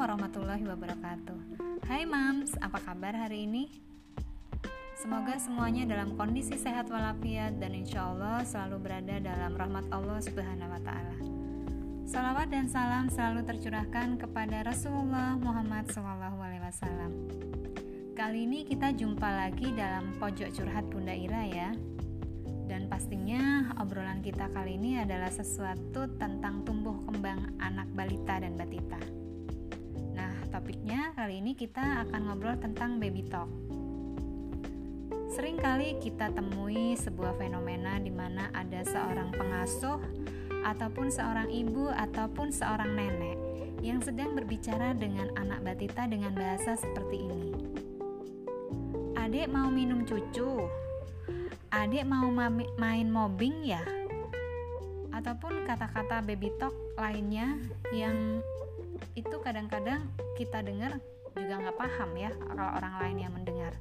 warahmatullahi wabarakatuh. Hai Mams, apa kabar hari ini? Semoga semuanya dalam kondisi sehat walafiat dan insya Allah selalu berada dalam rahmat Allah Subhanahu wa Ta'ala. Salawat dan salam selalu tercurahkan kepada Rasulullah Muhammad SAW. Kali ini kita jumpa lagi dalam pojok curhat Bunda Ira ya. Dan pastinya obrolan kita kali ini adalah sesuatu tentang tumbuh kembang anak balita dan batita. Nah, topiknya kali ini kita akan ngobrol tentang baby talk. Sering kali kita temui sebuah fenomena di mana ada seorang pengasuh ataupun seorang ibu ataupun seorang nenek yang sedang berbicara dengan anak batita dengan bahasa seperti ini. Adik mau minum cucu? Adik mau main mobbing ya? Ataupun kata-kata baby talk lainnya yang itu kadang-kadang kita dengar juga gak paham ya kalau orang lain yang mendengar.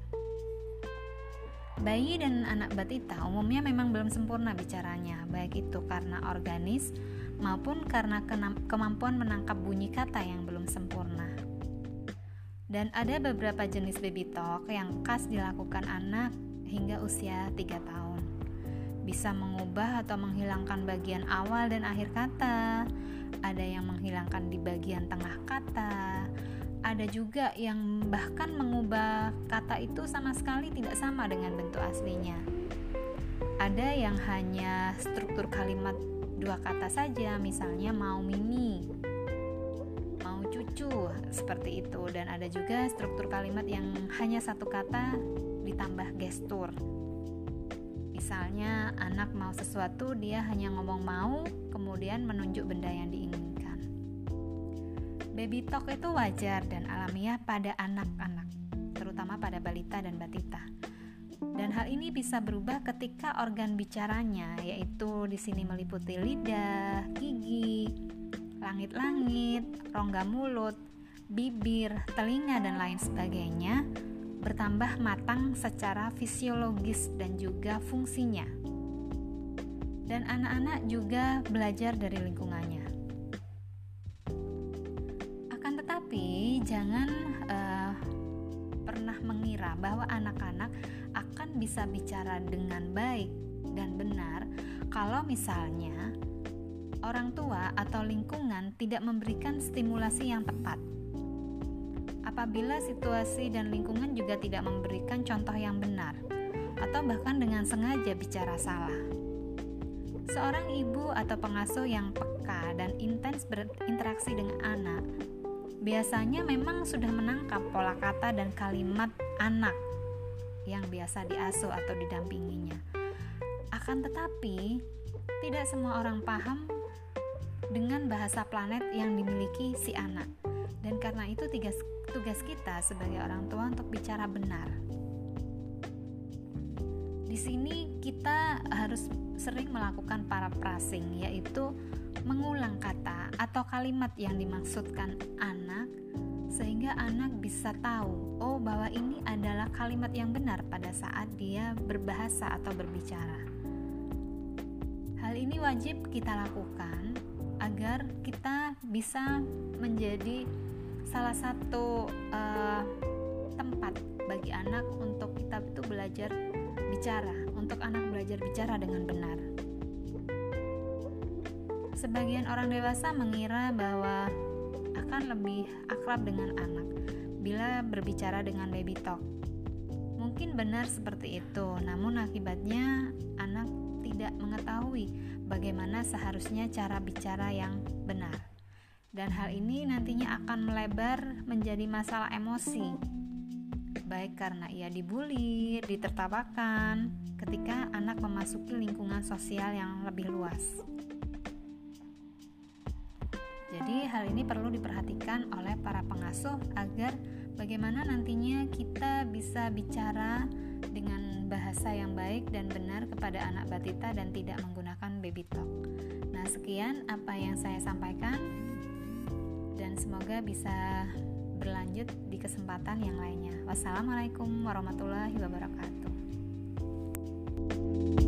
Bayi dan anak batita umumnya memang belum sempurna bicaranya, baik itu karena organis maupun karena kemampuan menangkap bunyi kata yang belum sempurna. Dan ada beberapa jenis baby talk yang khas dilakukan anak hingga usia 3 tahun. Bisa mengubah atau menghilangkan bagian awal dan akhir kata. Ada yang menghilangkan di bagian tengah kata. Ada juga yang bahkan mengubah kata itu sama sekali tidak sama dengan bentuk aslinya. Ada yang hanya struktur kalimat 2 kata saja, misalnya mau mini, mau cucu, seperti itu. Dan ada juga struktur kalimat yang hanya 1 kata ditambah gestur. Misalnya anak mau sesuatu, dia hanya ngomong mau, kemudian menunjuk benda yang diinginkan. Baby talk itu wajar dan alamiah pada anak-anak, terutama pada balita dan batita. Dan hal ini bisa berubah ketika organ bicaranya, yaitu di sini meliputi lidah, gigi, langit-langit, rongga mulut, bibir, telinga dan lain sebagainya bertambah matang secara fisiologis dan juga fungsinya. Dan anak-anak juga belajar dari lingkungannya. Akan tetapi jangan pernah mengira bahwa anak-anak akan bisa bicara dengan baik dan benar kalau misalnya orang tua atau lingkungan tidak memberikan stimulasi yang tepat. Apabila situasi dan lingkungan juga tidak memberikan contoh yang benar, atau bahkan dengan sengaja bicara salah. Seorang ibu atau pengasuh yang peka dan intens berinteraksi dengan anak, biasanya memang sudah menangkap pola kata dan kalimat anak yang biasa diasuh atau didampinginya. Akan tetapi, tidak semua orang paham dengan bahasa planet yang dimiliki si anak. Dan karena itu tugas kita sebagai orang tua untuk bicara benar. Di sini kita harus sering melakukan paraphrasing, yaitu mengulang kata atau kalimat yang dimaksudkan anak sehingga anak bisa tahu, oh bahwa ini adalah kalimat yang benar pada saat dia berbahasa atau berbicara. Hal ini wajib kita lakukan agar kita bisa menjadi salah satu tempat bagi anak untuk kita itu belajar bicara, untuk anak belajar bicara dengan benar. Sebagian orang dewasa mengira bahwa akan lebih akrab dengan anak bila berbicara dengan baby talk. Mungkin benar seperti itu, namun akibatnya anak tidak mengetahui bagaimana seharusnya cara bicara yang benar. Dan hal ini nantinya akan melebar menjadi masalah emosi, baik karena ia dibully, ditertawakan ketika anak memasuki lingkungan sosial yang lebih luas. Jadi hal ini perlu diperhatikan oleh para pengasuh agar bagaimana nantinya kita bisa bicara dengan bahasa yang baik dan benar kepada anak batita dan tidak menggunakan baby talk. Nah, sekian apa yang saya sampaikan. Dan semoga bisa berlanjut di kesempatan yang lainnya. Wassalamualaikum warahmatullahi wabarakatuh.